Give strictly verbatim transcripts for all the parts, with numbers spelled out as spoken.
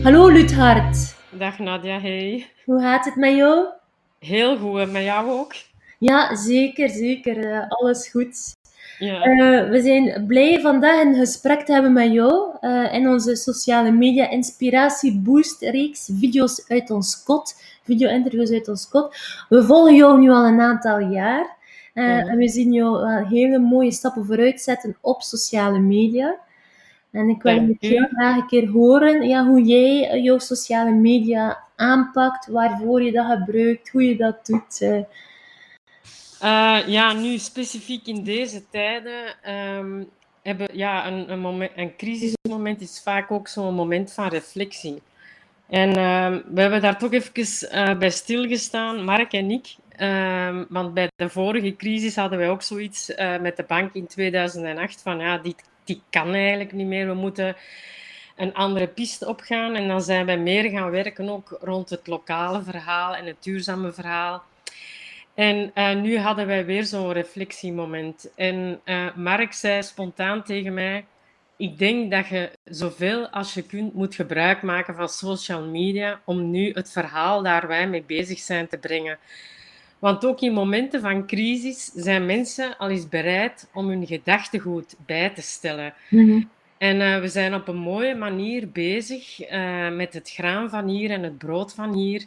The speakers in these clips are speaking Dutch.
Hallo Luthard, Dag Nadia, hey. hoe gaat het met jou? Heel goed, en met jou ook? Ja, zeker, zeker. eh, alles goed. Ja, Eh, we zijn blij vandaag een gesprek te hebben met jou eh, in onze sociale media Inspiratie Boost reeks, video's uit ons kot, video-interviews uit ons kot. We volgen jou nu al een aantal jaar eh, en mhm. we zien jou wel hele mooie stappen vooruit zetten op sociale media. En ik wil Dank eigenlijk heel u. graag een keer horen ja, hoe jij eh, jouw sociale media aanpakt, waarvoor je dat gebruikt, hoe je dat doet. eh. Eh, ja, nu specifiek in deze tijden ehm, hebben ja, een, een, moment, een crisismoment is vaak ook zo'n moment van reflectie. En ehm, we hebben daar toch even eh, bij stilgestaan, Mark en ik. Ehm, want bij de vorige crisis hadden wij ook zoiets eh, met de bank in tweeduizend acht van ja, dit, dit kan eigenlijk niet meer. We moeten een andere piste opgaan. En dan zijn wij meer gaan werken ook rond het lokale verhaal en het duurzame verhaal. En uh, nu hadden wij weer zo'n reflectiemoment. En uh, Mark zei spontaan tegen mij: ik denk dat je zoveel als je kunt moet gebruik maken van social media om nu het verhaal daar wij mee bezig zijn te brengen. Want ook in momenten van crisis zijn mensen al eens bereid om hun gedachtegoed bij te stellen. Mhm. En uh, we zijn op een mooie manier bezig uh, met het graan van hier en het brood van hier.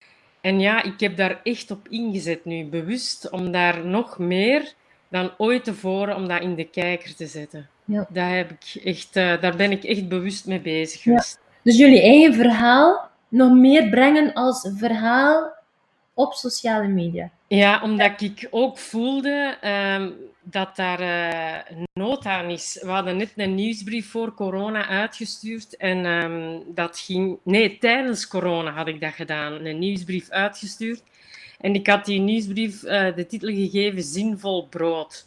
En ja, ik heb daar echt op ingezet nu, bewust, om daar nog meer dan ooit tevoren, om dat in de kijker te zetten. Ja, Daar, heb ik echt, uh, daar ben ik echt bewust mee bezig ja. geweest. Dus jullie eigen verhaal nog meer brengen als verhaal op sociale media. Ja, omdat ik ook voelde um, dat daar uh, nood aan is. We hadden net een nieuwsbrief voor corona uitgestuurd. En um, dat ging... Nee, tijdens corona had ik dat gedaan. Een nieuwsbrief uitgestuurd. En ik had die nieuwsbrief uh, de titel gegeven Zinvol brood.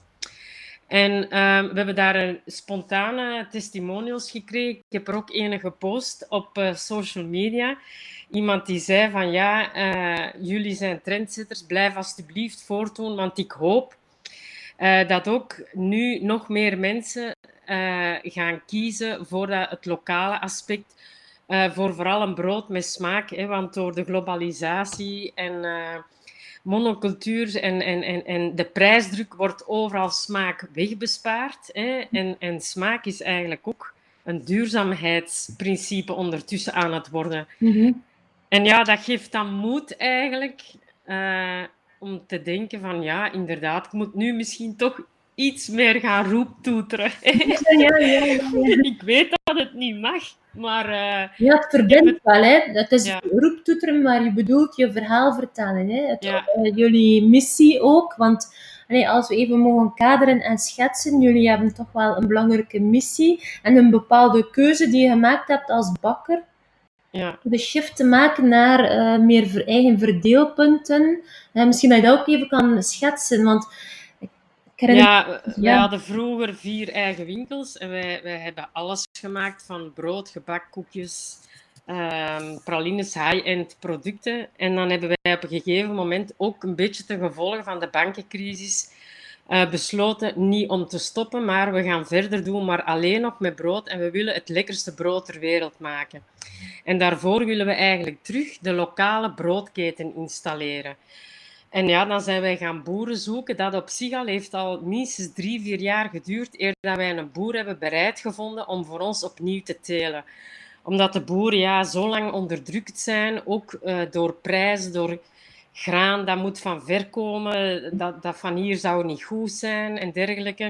En um, we hebben daar een spontane testimonials gekregen. Ik heb er ook een gepost op uh, social media. Iemand die zei van ja, uh, jullie zijn trendsetters, blijf alsjeblieft voortdoen, want ik hoop uh, dat ook nu nog meer mensen uh, gaan kiezen voor dat, het lokale aspect, uh, voor vooral een brood met smaak, hè, want door de globalisatie en uh, monocultuur en, en, en, en de prijsdruk wordt overal smaak wegbespaard. Hè, en, en smaak is eigenlijk ook een duurzaamheidsprincipe ondertussen aan het worden. Mhm. En ja, dat geeft dan moed eigenlijk uh, om te denken van ja, inderdaad, ik moet nu misschien toch iets meer gaan roeptoeteren. Ja, ja, ja, ja. Ik weet dat het niet mag, maar uh, Ja, het ik heb verbindt het... wel, hè. Het is Ja, roeptoeteren, maar je bedoelt je verhaal vertellen, hè. Het, ja, eh, jullie missie ook, want allee, als we even mogen kaderen en schetsen, jullie hebben toch wel een belangrijke missie en een bepaalde keuze die je gemaakt hebt als bakker, ja. de shift te maken naar eh, meer ver- eigen verdeelpunten. Eh, misschien dat je dat ook even kan schetsen, want ik ik herinner Ja, me, wij ja, hadden vroeger vier eigen winkels en wij, wij hebben alles gemaakt van brood, gebak, koekjes, ehm, pralines, high-end producten. En dan hebben wij op een gegeven moment ook een beetje ten gevolge van de bankencrisis uh, besloten niet om te stoppen, maar we gaan verder doen, maar alleen nog met brood en we willen het lekkerste brood ter wereld maken. En daarvoor willen we eigenlijk terug de lokale broodketen installeren. En ja, dan zijn wij gaan boeren zoeken. Dat op zich al heeft al minstens drie, vier jaar geduurd eer dat wij een boer hebben bereid gevonden om voor ons opnieuw te telen. Omdat de boeren ja, zo lang onderdrukt zijn, ook uh, door prijzen, door graan, dat moet van ver komen, dat, dat van hier zou niet goed zijn en dergelijke.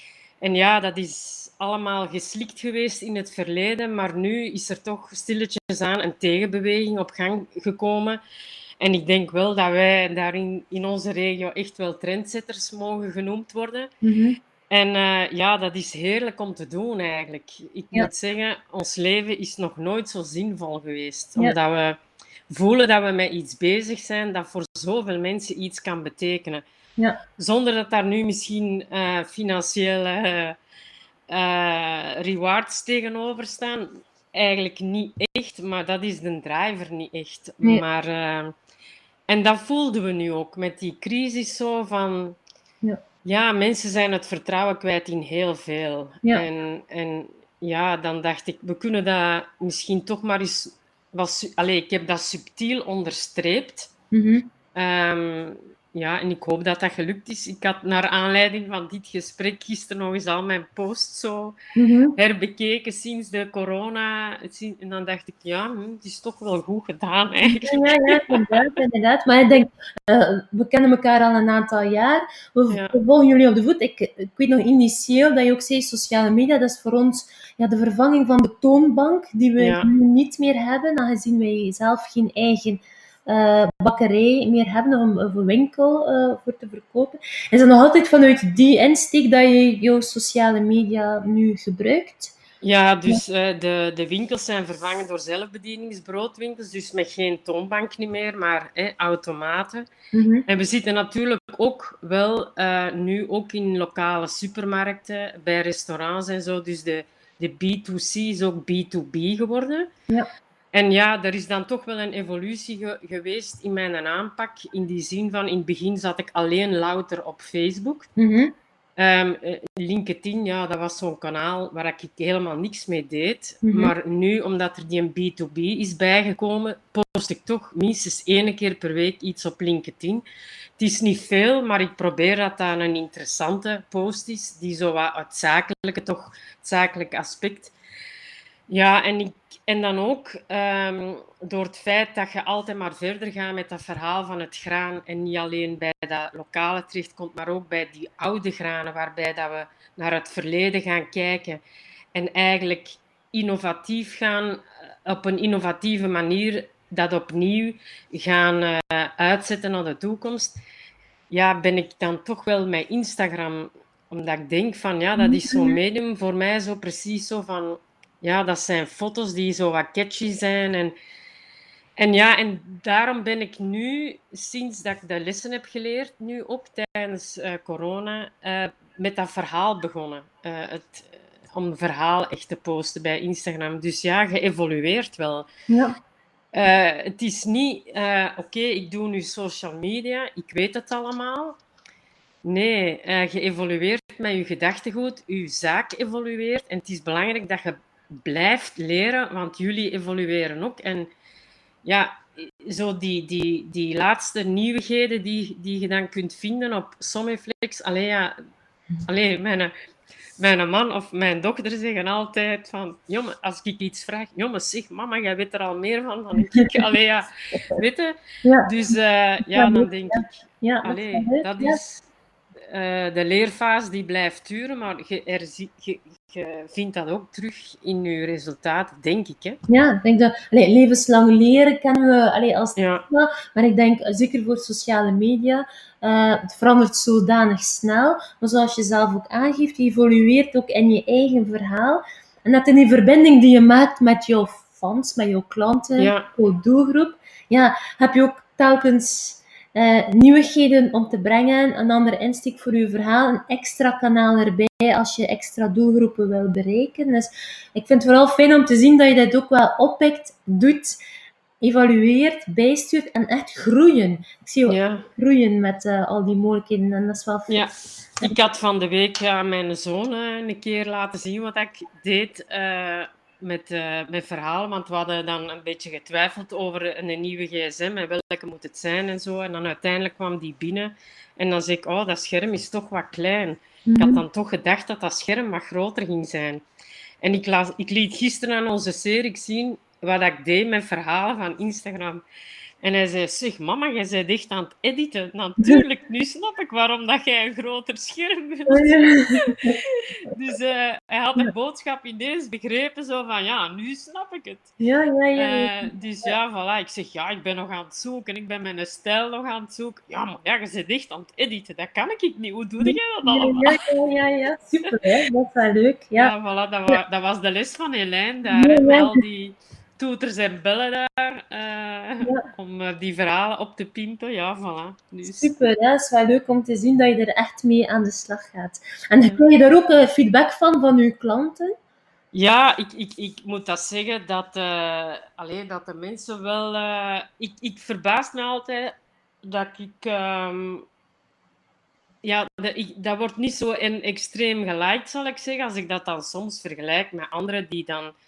En ja, dat is allemaal geslikt geweest in het verleden, maar nu is er toch stilletjes aan een tegenbeweging op gang gekomen. En ik denk wel dat wij daarin in onze regio echt wel trendsetters mogen genoemd worden. mhm, En uh, ja, dat is heerlijk om te doen eigenlijk. Ik ja, moet zeggen, ons leven is nog nooit zo zinvol geweest. ja, Omdat we voelen dat we met iets bezig zijn dat voor zoveel mensen iets kan betekenen. ja. Zonder dat daar nu misschien uh, financiële uh, rewards tegenover staan. Eigenlijk niet echt, maar dat is de driver niet echt. Nee, Maar, uh, en dat voelden we nu ook met die crisis zo van... ja, Ja, mensen zijn het vertrouwen kwijt in heel veel. ja. En, en ja, dan dacht ik, we kunnen dat misschien toch maar eens was, allee, ik heb dat subtiel onderstreept. Mm-hmm. Um, ja, en ik hoop dat dat gelukt is. Ik had naar aanleiding van dit gesprek gisteren nog eens al mijn post zo Mm-hmm. herbekeken sinds de corona. En dan dacht ik, ja, het is toch wel goed gedaan Ja, eigenlijk. ja, ja, inderdaad, inderdaad. Maar ik denk, uh, we kennen elkaar al een aantal jaar. We, Ja. we volgen jullie op de voet. Ik, ik weet nog initieel dat je ook zei, sociale media, dat is voor ons ja, de vervanging van de toonbank, die we Ja. nu niet meer hebben, aangezien wij zelf geen eigen uh, bakkerij meer hebben, of een, of een winkel uh, voor te verkopen. Is het nog altijd vanuit die insteek dat je jouw sociale media nu gebruikt? Ja, dus uh, de, de winkels zijn vervangen door zelfbedieningsbroodwinkels, dus met geen toonbank niet meer, maar eh, automaten. Mm-hmm. En we zitten natuurlijk ook wel uh, nu ook in lokale supermarkten, bij restaurants en zo, dus de, de B twee C is ook B twee B geworden. Ja. En ja, er is dan toch wel een evolutie ge- geweest in mijn aanpak, in die zin van in het begin zat ik alleen louter op Facebook. Mm-hmm. Um, LinkedIn, ja, dat was zo'n kanaal waar ik helemaal niks mee deed. Mm-hmm. Maar nu, omdat er die een B twee B is bijgekomen, post ik toch minstens één keer per week iets op LinkedIn. Het is niet veel, maar ik probeer dat dat een interessante post is, die zo wat het zakelijke, toch het zakelijke aspect. Ja, en, ik, en dan ook um, door het feit dat je altijd maar verder gaat met dat verhaal van het graan en niet alleen bij dat lokale terechtkomt, maar ook bij die oude granen waarbij dat we naar het verleden gaan kijken en eigenlijk innovatief gaan, op een innovatieve manier dat opnieuw gaan uh, uitzetten naar de toekomst. Ja, ben ik dan toch wel met Instagram, omdat ik denk van ja, dat is zo'n medium voor mij zo precies zo van... Ja, dat zijn foto's die zo wat catchy zijn. En, en ja, en daarom ben ik nu, sinds dat ik de lessen heb geleerd, nu ook tijdens uh, corona, uh, met dat verhaal begonnen. Uh, het, uh, om een verhaal echt te posten bij Instagram. Dus ja, geëvolueerd wel. Ja. Uh, het is niet, uh, oké, okay, ik doe nu social media, ik weet het allemaal. Nee, uh, je evolueert met je gedachtegoed, je zaak evolueert. En het is belangrijk dat je blijft leren, want jullie evolueren ook. En ja, zo die, die, die laatste nieuwigheden die, die je dan kunt vinden op Someflex. Allee, ja, allee, mijn, mijn man of mijn dochter zeggen altijd van... Jongen, als ik iets vraag... Jongen, zeg, mama, jij weet er al meer van dan ik. Allee, ja, weet je? Ja. Dus uh, ja, dan denk ik... Ja, allee, dat, dat ja. is... Uh, de leerfase die blijft duren, maar je, er, je, je vindt dat ook terug in je resultaten, denk ik. Hè? Ja, ik denk dat allee, levenslang leren kennen we allee, als ja. thema, maar ik denk zeker voor sociale media, uh, het verandert zodanig snel, maar zoals je zelf ook aangeeft, je evolueert ook in je eigen verhaal. En dat in die verbinding die je maakt met jouw fans, met jouw klanten, ja. jouw doelgroep, ja, heb je ook telkens... Uh, nieuwigheden om te brengen, een andere insteek voor je verhaal, een extra kanaal erbij als je extra doelgroepen wil bereiken. Dus ik vind het vooral fijn om te zien dat je dit ook wel oppikt, doet, evalueert, bijstuurt en echt groeien. Ik zie je ja. groeien met uh, al die mogelijkheden en dat is wel fijn. Ja. Ik had van de week uh, mijn zoon uh, een keer laten zien wat ik deed uh, met, uh, met verhaal, want we hadden dan een beetje getwijfeld over een nieuwe gsm en welke moet het zijn en zo. En dan uiteindelijk kwam die binnen en dan zei ik, oh, dat scherm is toch wat klein. Mm-hmm. Ik had dan toch gedacht dat dat scherm wat groter ging zijn. En ik, las, ik liet gisteren aan onze serie zien wat ik deed met verhalen van Instagram. En hij zei, zeg mama, jij bent echt aan het editen. Natuurlijk, nu snap ik waarom dat jij een groter scherm bent. Oh, ja. Dus uh, hij had de boodschap ineens begrepen, zo van, ja, nu snap ik het. Ja, ja, ja. ja. Uh, dus ja, voilà. Ik zeg, ja, ik ben nog aan het zoeken. Ik ben mijn stijl nog aan het zoeken. Ja, maar ja, je bent echt aan het editen. Dat kan ik niet. Hoe doe jij dat allemaal? Ja, ja, ja, ja. Super, hè. Dat is wel leuk. Ja, ja voilà. Dat, wa- dat was de les van Helene daar, hè, met al die... toeters en bellen daar, uh, ja. om uh, die verhalen op te pimpen. Ja, voilà. Dus. Super, hè? Het is wel leuk om te zien dat je er echt mee aan de slag gaat. En ja. Krijg je daar ook uh, feedback van, van je klanten? Ja, ik, ik, ik moet dat zeggen, dat, uh, allee, dat de mensen wel... Uh, ik, ik verbaas me altijd dat ik... Um, ja, dat, ik, dat wordt niet zo in extreem geliked, zal ik zeggen, als ik dat dan soms vergelijk met anderen die dan...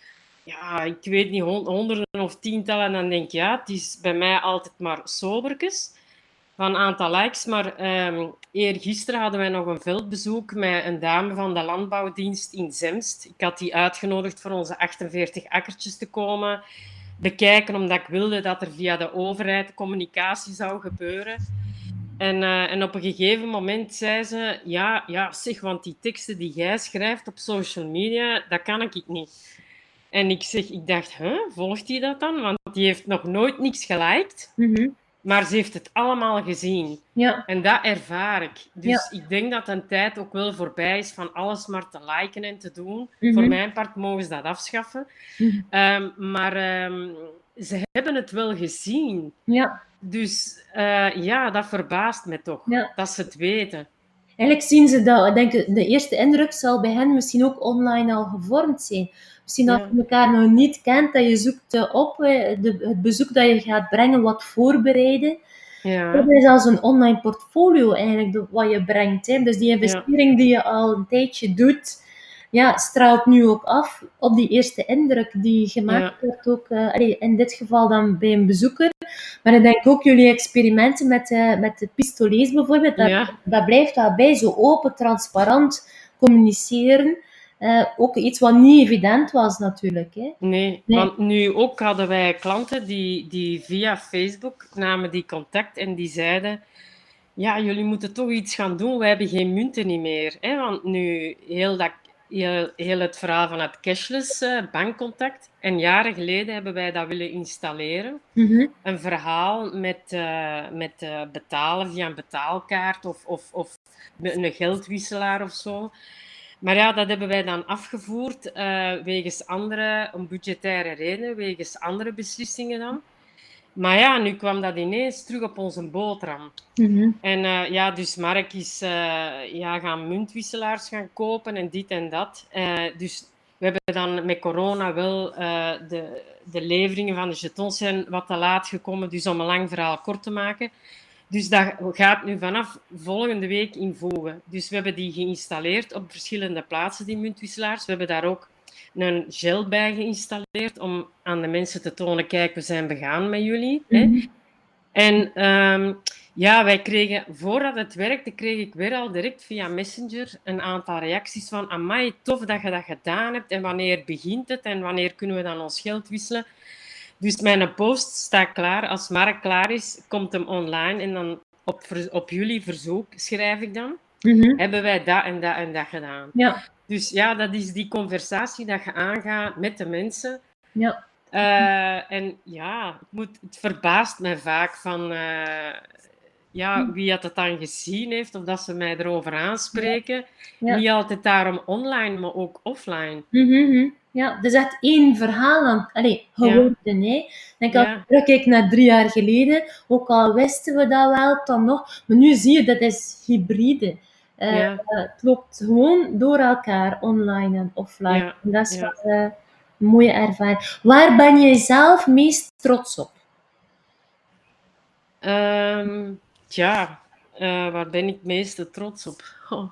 ja, ik weet niet, honderden of tientallen. En dan denk ik, ja, het is bij mij altijd maar sobertjes van aantal likes. Maar um, eergisteren hadden wij nog een veldbezoek met een dame van de landbouwdienst in Zemst. Ik had die uitgenodigd voor onze achtenveertig akkertjes te komen bekijken, omdat ik wilde dat er via de overheid communicatie zou gebeuren. En, uh, en op een gegeven moment zei ze, ja, ja, zeg, want die teksten die jij schrijft op social media, dat kan ik niet. En ik zeg, ik dacht, huh, volgt hij dat dan? Want die heeft nog nooit niks geliked, Mm-hmm. maar ze heeft het allemaal gezien. Ja. En dat ervaar ik. Dus Ja. ik denk dat een tijd ook wel voorbij is van alles maar te liken en te doen. Mm-hmm. Voor mijn part mogen ze dat afschaffen. Mm-hmm. Um, maar um, ze hebben het wel gezien. Ja. Dus uh, ja, dat verbaast me toch, ja. dat ze het weten. Eigenlijk zien ze dat, ik denk, de eerste indruk zal bij hen misschien ook online al gevormd zijn. Misschien als Ja. je elkaar nog niet kent, dat je zoekt op, de, het bezoek dat je gaat brengen, wat voorbereiden. Ja. Dat is als een online portfolio eigenlijk, wat je brengt. Hè. Dus die investering ja. die je al een tijdje doet, ja, straalt nu ook af op die eerste indruk die gemaakt ja. wordt. Ook, uh, allee, in dit geval dan bij een bezoeker. Maar ik denk ook jullie experimenten met, uh, met de pistolets bijvoorbeeld, dat, Ja. dat blijft daarbij zo open, transparant communiceren. Uh, ook iets wat niet evident was natuurlijk. Hè. Nee, nee, want nu ook hadden wij klanten die, die via Facebook namen die contact en die zeiden, ja, jullie moeten toch iets gaan doen, wij hebben geen munten niet meer. Hè? Want nu heel, dat, heel, heel het verhaal van het cashless uh, bankcontact, en jaren geleden hebben wij dat willen installeren. Mm-hmm. Een verhaal met, uh, met uh, betalen via een betaalkaart of, of, of een geldwisselaar of zo. Maar ja, dat hebben wij dan afgevoerd uh, wegens andere, om budgettaire redenen, wegens andere beslissingen dan. Maar ja, nu kwam dat ineens terug op onze boterham. Mm-hmm. En uh, ja, dus Mark is uh, ja, gaan muntwisselaars gaan kopen en dit en dat. Uh, dus we hebben dan met corona wel uh, de, de leveringen van de jetons zijn wat te laat gekomen. Dus om een lang verhaal kort te maken. Dus dat gaat nu vanaf volgende week in voegen. Dus we hebben die geïnstalleerd op verschillende plaatsen, die muntwisselaars. We hebben daar ook een gel bij geïnstalleerd om aan de mensen te tonen, kijk, we zijn begaan met jullie. Mm-hmm. Hè? En um, ja, wij kregen, voordat het werkte, kreeg ik weer al direct via Messenger een aantal reacties van, amai, tof dat je dat gedaan hebt en wanneer begint het en wanneer kunnen we dan ons geld wisselen. Dus mijn post staat klaar. Als Mark klaar is, komt hem online en dan op, op jullie verzoek schrijf ik dan. Mm-hmm. Hebben wij dat en dat en dat gedaan. Ja. Dus ja, dat is die conversatie dat je aangaat met de mensen. Ja. Uh, en ja, het, moet, het verbaast mij vaak van uh, ja, wie dat het dan gezien heeft of dat ze mij erover aanspreken. Ja. Ja. Niet altijd daarom online, maar ook offline. Mm-hmm. Ja, het is echt één verhaal aan, allez, geworden. Ja. Hè. Denk als ja. terugkijk naar drie jaar geleden, ook al wisten we dat wel, dan nog. Maar nu zie je, dat is hybride. Uh, ja. uh, het loopt gewoon door elkaar, online en offline. Ja. En dat is ja. wat, uh, een mooie ervaring. Waar ben je zelf meest trots op? Um, tja, uh, waar ben ik meest trots op? Oh.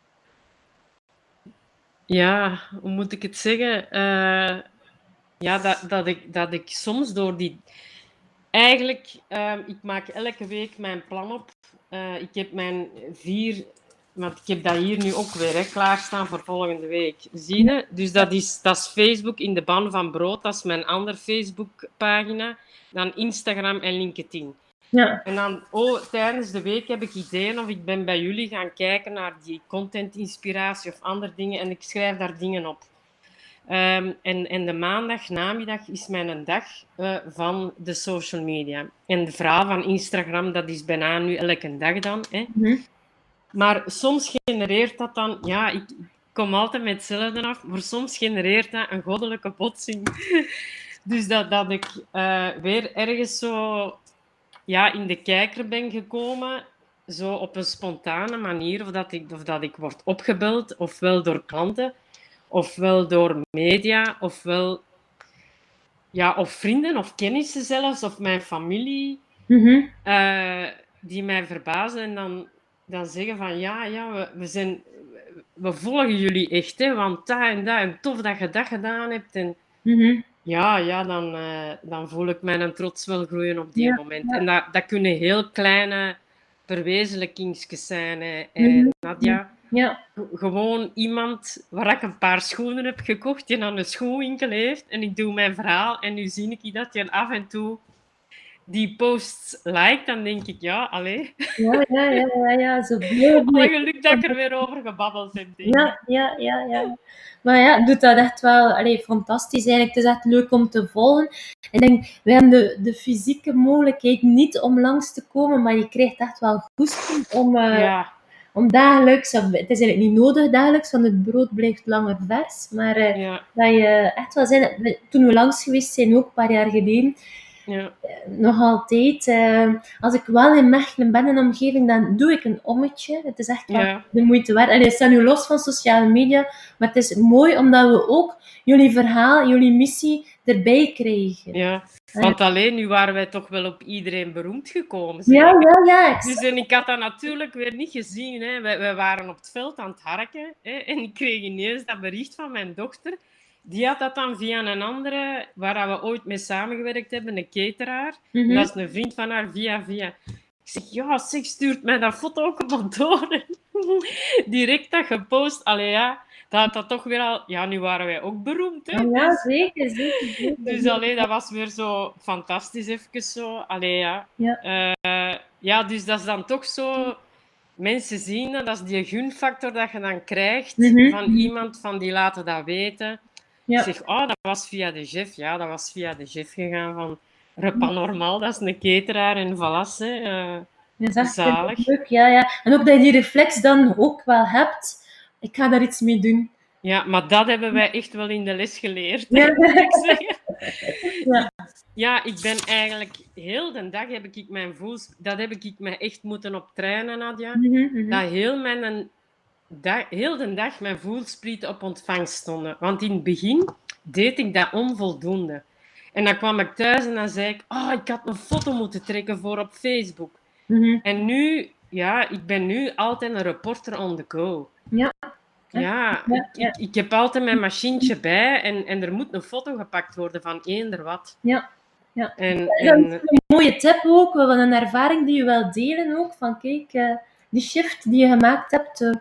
Ja, hoe moet ik het zeggen? Uh, ja, dat, dat, ik, dat ik soms door die... Eigenlijk, uh, ik maak elke week mijn plan op. Uh, ik heb mijn vier... Want ik heb dat hier nu ook weer hè, klaarstaan voor volgende week. Zie je? Dus dat is, dat is Facebook in de ban van brood. Dat is mijn andere Facebookpagina. Dan Instagram en LinkedIn. Ja. En dan, oh, tijdens de week heb ik ideeën of ik ben bij jullie gaan kijken naar die content-inspiratie of andere dingen en ik schrijf daar dingen op. Um, en, en de maandag namiddag is mijn dag uh, van de social media. En de verhaal van Instagram, dat is bijna nu elke dag dan. Hè. Mm-hmm. Maar soms genereert dat dan, ja, ik kom altijd met hetzelfde af, maar soms genereert dat een goddelijke botsing. Dus dat, dat ik uh, weer ergens zo... ja, in de kijker ben gekomen, zo op een spontane manier, of dat ik, of dat ik word opgebeld, ofwel door klanten, ofwel door media, ofwel ja, of vrienden of kennissen zelfs, of mijn familie, mm-hmm. uh, die mij verbazen en dan, dan zeggen van ja, ja we, we, zijn, we volgen jullie echt, hè, want dat en dat, en tof dat je dat gedaan hebt. En Mhm. Ja, ja dan, uh, dan voel ik mijn trots wel groeien op die Ja, moment. En ja. dat, dat kunnen heel kleine verwezenlijkingsjes zijn. Hè. En Mhm. Mhm. Nadia, Ja. gewoon iemand waar ik een paar schoenen heb gekocht, die aan een schoenwinkel heeft. En ik doe mijn verhaal en nu zie ik dat je af en toe die posts liked. Dan denk ik, ja, allee. Ja, ja, ja, ja, ja. Zo blij. Alle geluk dat ik er weer over gebabbeld heb, denk Ja, ik. ja, ja, ja. Maar ja, doet dat echt wel allee, fantastisch. Eigenlijk, het is echt leuk om te volgen. Ik denk, we hebben de, de fysieke mogelijkheid niet om langs te komen, maar je krijgt echt wel goesting om, uh, Ja, om dagelijks, of, het is eigenlijk niet nodig dagelijks, want het brood blijft langer vers, maar uh, ja, dat je echt wel zijn, we- toen we langs geweest zijn, ook een paar jaar geleden, ja, nog altijd, uh, als ik wel in Mechelen ben in een omgeving, dan doe ik een ommetje. Het is echt wel ja. de moeite waard. Allee, het staat nu los van sociale media, maar het is mooi omdat we ook jullie verhaal, jullie missie erbij krijgen. Ja, want alleen nu waren wij toch wel op iedereen beroemd gekomen, Ja, zeker. ja, ja. Dus en ik had dat natuurlijk weer niet gezien. Hè. Wij, wij waren op het veld aan het harken. Hè, en ik kreeg ineens dat bericht van mijn dochter. Die had dat dan via een andere, waar we ooit mee samengewerkt hebben, een cateraar. Mm-hmm. En dat is een vriend van haar, via via. Ik zeg, ja, zeg, stuurt mij dat foto ook maar door. Direct dat gepost. Allee, ja, dat had dat toch weer al... Ja, nu waren wij ook beroemd, hè. Oh, ja, Dus, zeker, zeker, zeker. dus allee, dat was weer zo fantastisch even zo. Allee, ja. Ja. Uh, ja, dus dat is dan toch zo... Mensen zien dat, dat is die gunfactor dat je dan krijgt Mm-hmm. van iemand van die laten dat weten. Ja. Ik zeg, oh, dat was via de chef. Ja, dat was via de chef gegaan van Repas Normaal, dat is een cateraar en voilà, hè. Uh, dat is echt zalig. leuk, ja, ja. En ook dat je die reflex dan ook wel hebt. Ik ga daar iets mee doen. Ja, maar dat hebben wij echt wel in de les geleerd, Ja. moet ik zeggen. Ja. Ja, ik ben eigenlijk... Heel de dag heb ik mijn voels... Dat heb ik me echt moeten optrainen, Nadia. Mm-hmm, mm-hmm. Dat heel, mijn, dag, heel de dag mijn voelsprieten op ontvangst stonden. Want in het begin deed ik dat onvoldoende. En dan kwam ik thuis en dan zei ik... Oh, ik had een foto moeten trekken voor op Facebook. Mm-hmm. En nu... Ja, ik ben nu altijd een reporter on the go. Ja. Ja, Ja, ik, ja. Ik, ik heb altijd mijn machientje bij en, en er moet een foto gepakt worden van eender wat. Ja, ja. En, Dat is en, een mooie tip ook, wel een ervaring die je wel delen ook, van kijk, uh, die shift die je gemaakt hebt, uh,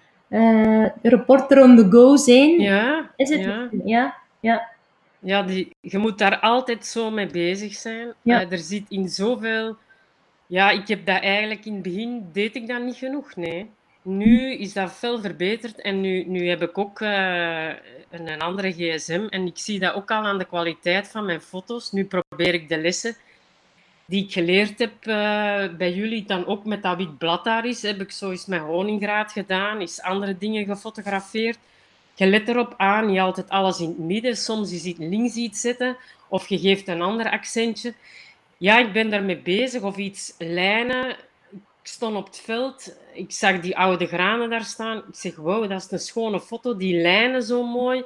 uh, reporter on the go zijn, ja, is het? ja. Ja, ja. Ja, die, je moet daar altijd zo mee bezig zijn. Ja. Uh, er zit in zoveel... Ja, ik heb dat eigenlijk... In het begin deed ik dat niet genoeg, nee. Nu is dat veel verbeterd en nu, nu heb ik ook uh, een, een andere gsm en ik zie dat ook al aan de kwaliteit van mijn foto's. Nu probeer ik de lessen die ik geleerd heb uh, bij jullie dan ook met dat wit blad daar is. Heb ik zo eens mijn honingraad gedaan, eens andere dingen gefotografeerd. Je let erop aan, niet altijd alles in het midden. Soms is het links iets zetten of je geeft een ander accentje. Ja, ik ben daarmee bezig. Of iets lijnen. Ik stond op het veld, ik zag die oude granen daar staan. Ik zeg, wow, dat is een schone foto, die lijnen zo mooi.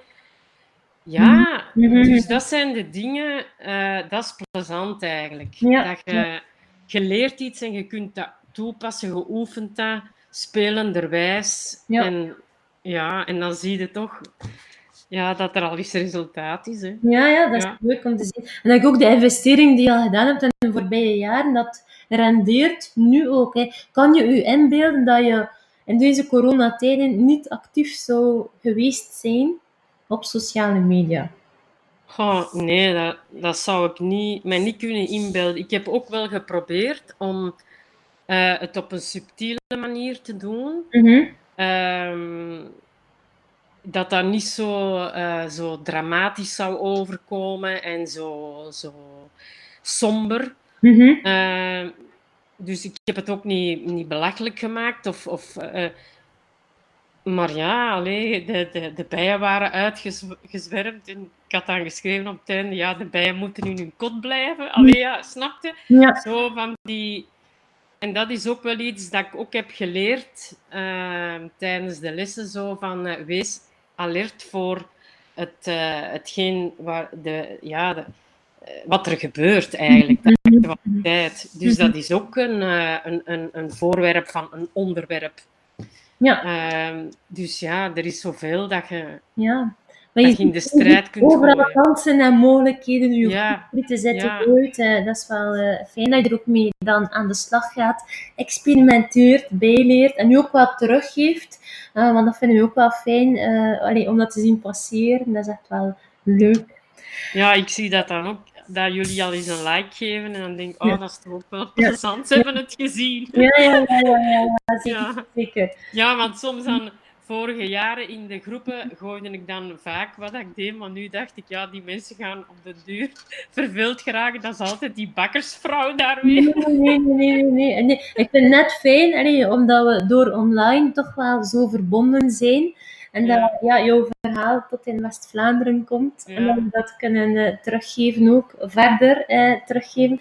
Ja, Mm-hmm. dus dat zijn de dingen, uh, dat is plezant eigenlijk. Ja. Dat je, je leert iets en je kunt dat toepassen, je oefent dat, spelenderwijs. Ja. En, ja, en dan zie je toch ja, dat er al eens resultaat is. Hè. Ja, ja, dat is ja. leuk om te zien. En dat je ook de investering die je al gedaan hebt in de voorbije jaren, dat rendeert nu ook. Hè. Kan je je inbeelden dat je in deze coronatijden niet actief zou geweest zijn op sociale media? Oh, nee, dat, dat zou ik niet, mij niet kunnen inbeelden. Ik heb ook wel geprobeerd om uh, het op een subtiele manier te doen. Mm-hmm. Um, dat dat niet zo, uh, zo dramatisch zou overkomen en zo, zo somber. Mm-hmm. Uh, dus ik heb het ook niet, niet belachelijk gemaakt. Of, of, uh, maar ja, allee, de, de, de bijen waren uitgezwermd. En ik had dan geschreven op het einde, ja, de bijen moeten in hun kot blijven. Allee, ja, snapte? Ja. Zo van die... En dat is ook wel iets dat ik ook heb geleerd uh, tijdens de lessen. Zo van, uh, wees alert voor het, uh, hetgeen waar de, ja, de, uh, wat er gebeurt eigenlijk. De actualiteit. Dus dat is ook een, uh, een, een, een voorwerp van een onderwerp. Ja. Uh, dus ja, er is zoveel dat je... Ja. Maar je dat je in de ziet strijd kunt overal gooien. kansen en mogelijkheden je Ja, voet te zetten ja. uit. Uh, dat is wel uh, fijn dat je er ook mee dan aan de slag gaat, experimenteert, bijleert en nu ook wat teruggeeft. Uh, want dat vinden we ook wel fijn uh, allee, om dat te zien passeren. Dat is echt wel leuk. Ja, ik zie dat dan ook, dat jullie al eens een like geven en dan denk ik, oh, Ja. dat is toch ook wel plezant, ze Ja. hebben het gezien. Ja, ja, ja, ja, ja, ja, zeker, Ja. zeker. Ja, want soms dan, vorige jaren in de groepen gooide ik dan vaak wat ik deed, maar nu dacht ik, ja, die mensen gaan op de duur verveeld geraken, dat is altijd die bakkersvrouw daar weer. Nee, nee, nee, nee, nee. Ik vind het net fijn, allee, omdat we door online toch wel zo verbonden zijn. En dat Ja. ja, jouw verhaal tot in West-Vlaanderen komt. Ja. En dat we dat kunnen uh, teruggeven ook, verder uh, teruggeven.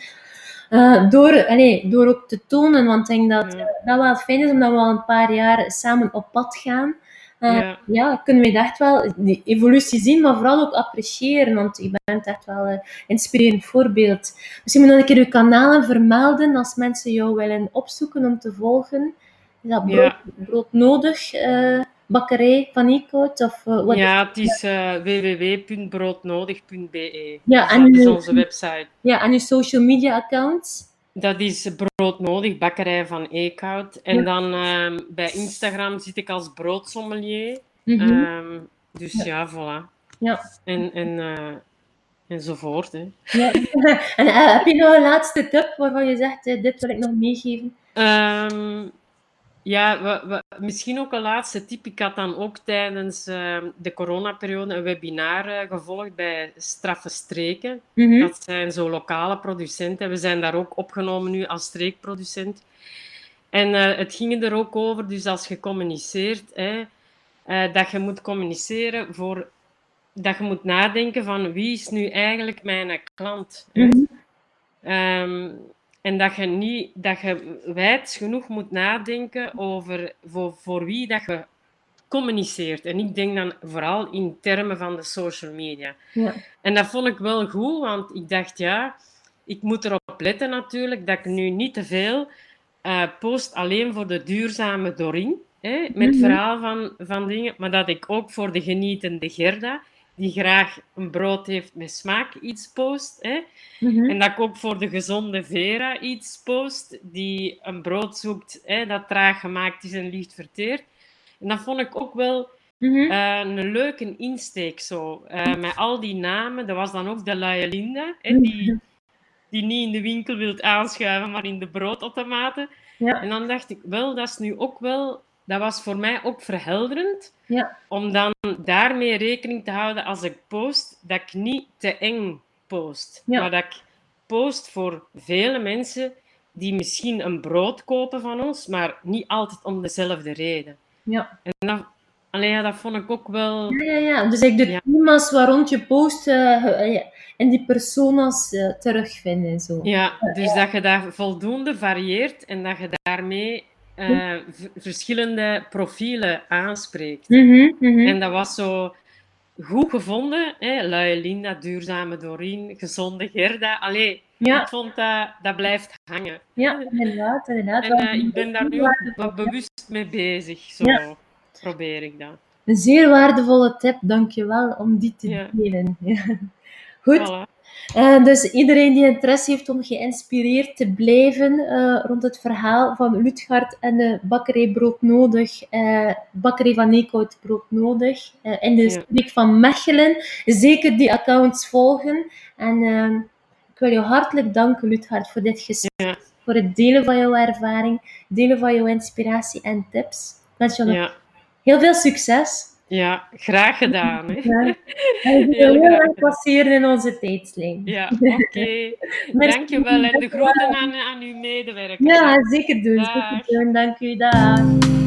Uh, door, allee, door ook te tonen, want ik denk dat Ja. uh, dat wel fijn is, omdat we al een paar jaar samen op pad gaan. Uh, Ja. ja, kunnen we echt wel die evolutie zien, maar vooral ook appreciëren, want je bent echt wel een inspirerend voorbeeld. Misschien moet je nog een keer je kanalen vermelden als mensen jou willen opzoeken om te volgen. Is dat brood, Ja. broodnodig, uh, bakkerij van Eekhout? Of, uh, wat Ja, is het is uh, w w w punt broodnodig punt b e. Ja, dus en dat is uw- onze website. Ja, en je social media accounts? Dat is Broodnodig, bakkerij van Eekhout. En Ja. dan uh, bij Instagram zit ik als broodsommelier. Mm-hmm. Um, dus ja, ja voilà. Ja. En, en, uh, enzovoort. Hè. Ja. En uh, heb je nog een laatste tip waarvan je zegt, uh, dit wil ik nog meegeven? Um, ja, we, we, misschien ook een laatste tip. Ik had dan ook tijdens uh, de coronaperiode een webinar uh, gevolgd bij Straffe Streken. Mm-hmm. Dat zijn zo lokale producenten. We zijn daar ook opgenomen nu als streekproducent. En uh, het ging er ook over, dus als je communiceert, hè, uh, dat je moet communiceren voor... Dat je moet nadenken van wie is nu eigenlijk mijn klant. Mm-hmm. Um, en dat je, niet, dat je wijd genoeg moet nadenken over voor, voor wie dat je communiceert. En ik denk dan vooral in termen van de social media. Ja. En dat vond ik wel goed, want ik dacht, ja, ik moet erop letten natuurlijk dat ik nu niet te veel uh, post alleen voor de duurzame Dorien, hè, met Mm-hmm. verhaal van, van dingen, maar dat ik ook voor de genietende Gerda, die graag een brood heeft met smaak, iets post. Hè. Mm-hmm. En dat ik ook voor de gezonde Vera iets post, die een brood zoekt hè, dat traag gemaakt is en licht verteerd. En dat vond ik ook wel Mm-hmm. uh, een leuke insteek zo. Uh, met al die namen, dat was dan ook de Laie Linda, hè, Mm-hmm. die, die niet in de winkel wilt aanschuiven, maar in de broodautomaten. Ja. En dan dacht ik, wel, dat is nu ook wel... Dat was voor mij ook verhelderend, Ja. om dan daarmee rekening te houden als ik post, dat ik niet te eng post. Ja. Maar dat ik post voor vele mensen die misschien een brood kopen van ons, maar niet altijd om dezelfde reden. Ja. En dat, allee, ja, dat vond ik ook wel... Ja, ja, ja. Dus ik de Ja. thema's waar rond je post uh, uh, en die personas uh, terugvinden en zo. Ja, dus dat je dat voldoende varieert en dat je daarmee uh, v- verschillende profielen aanspreekt. Mm-hmm, mm-hmm. En dat was zo goed gevonden. Hè? Luie Linda, duurzame Dorien, gezonde Gerda. Allee, Ja. ik vond dat dat blijft hangen. Ja, inderdaad, inderdaad. En uh, ik ben daar nu ook wat bewust mee bezig. Zo Ja. probeer ik dat. Een zeer waardevolle tip, dankjewel om die te Ja. delen. Ja. Goed. Voilà. Uh, dus iedereen die interesse heeft om geïnspireerd te blijven uh, rond het verhaal van Lutgard en de bakkerij Broodnodig, uh, bakkerij van Eekhout Broodnodig, uh, in de Ja. streek van Mechelen, zeker die accounts volgen. En uh, ik wil je hartelijk danken, Lutgard, voor dit gesprek, Ja. voor het delen van jouw ervaring, delen van jouw inspiratie en tips. Ik wens je nog Ja. heel veel succes. Ja, graag gedaan. Hè. Ja. En we Heel zullen heel graag erg passeren in onze tijdslijn. Ja, oké. Okay. Dankjewel en de groeten aan, aan uw medewerkers. Ja, zeker doen. Dag. Zeker doen. Dank u. Dag.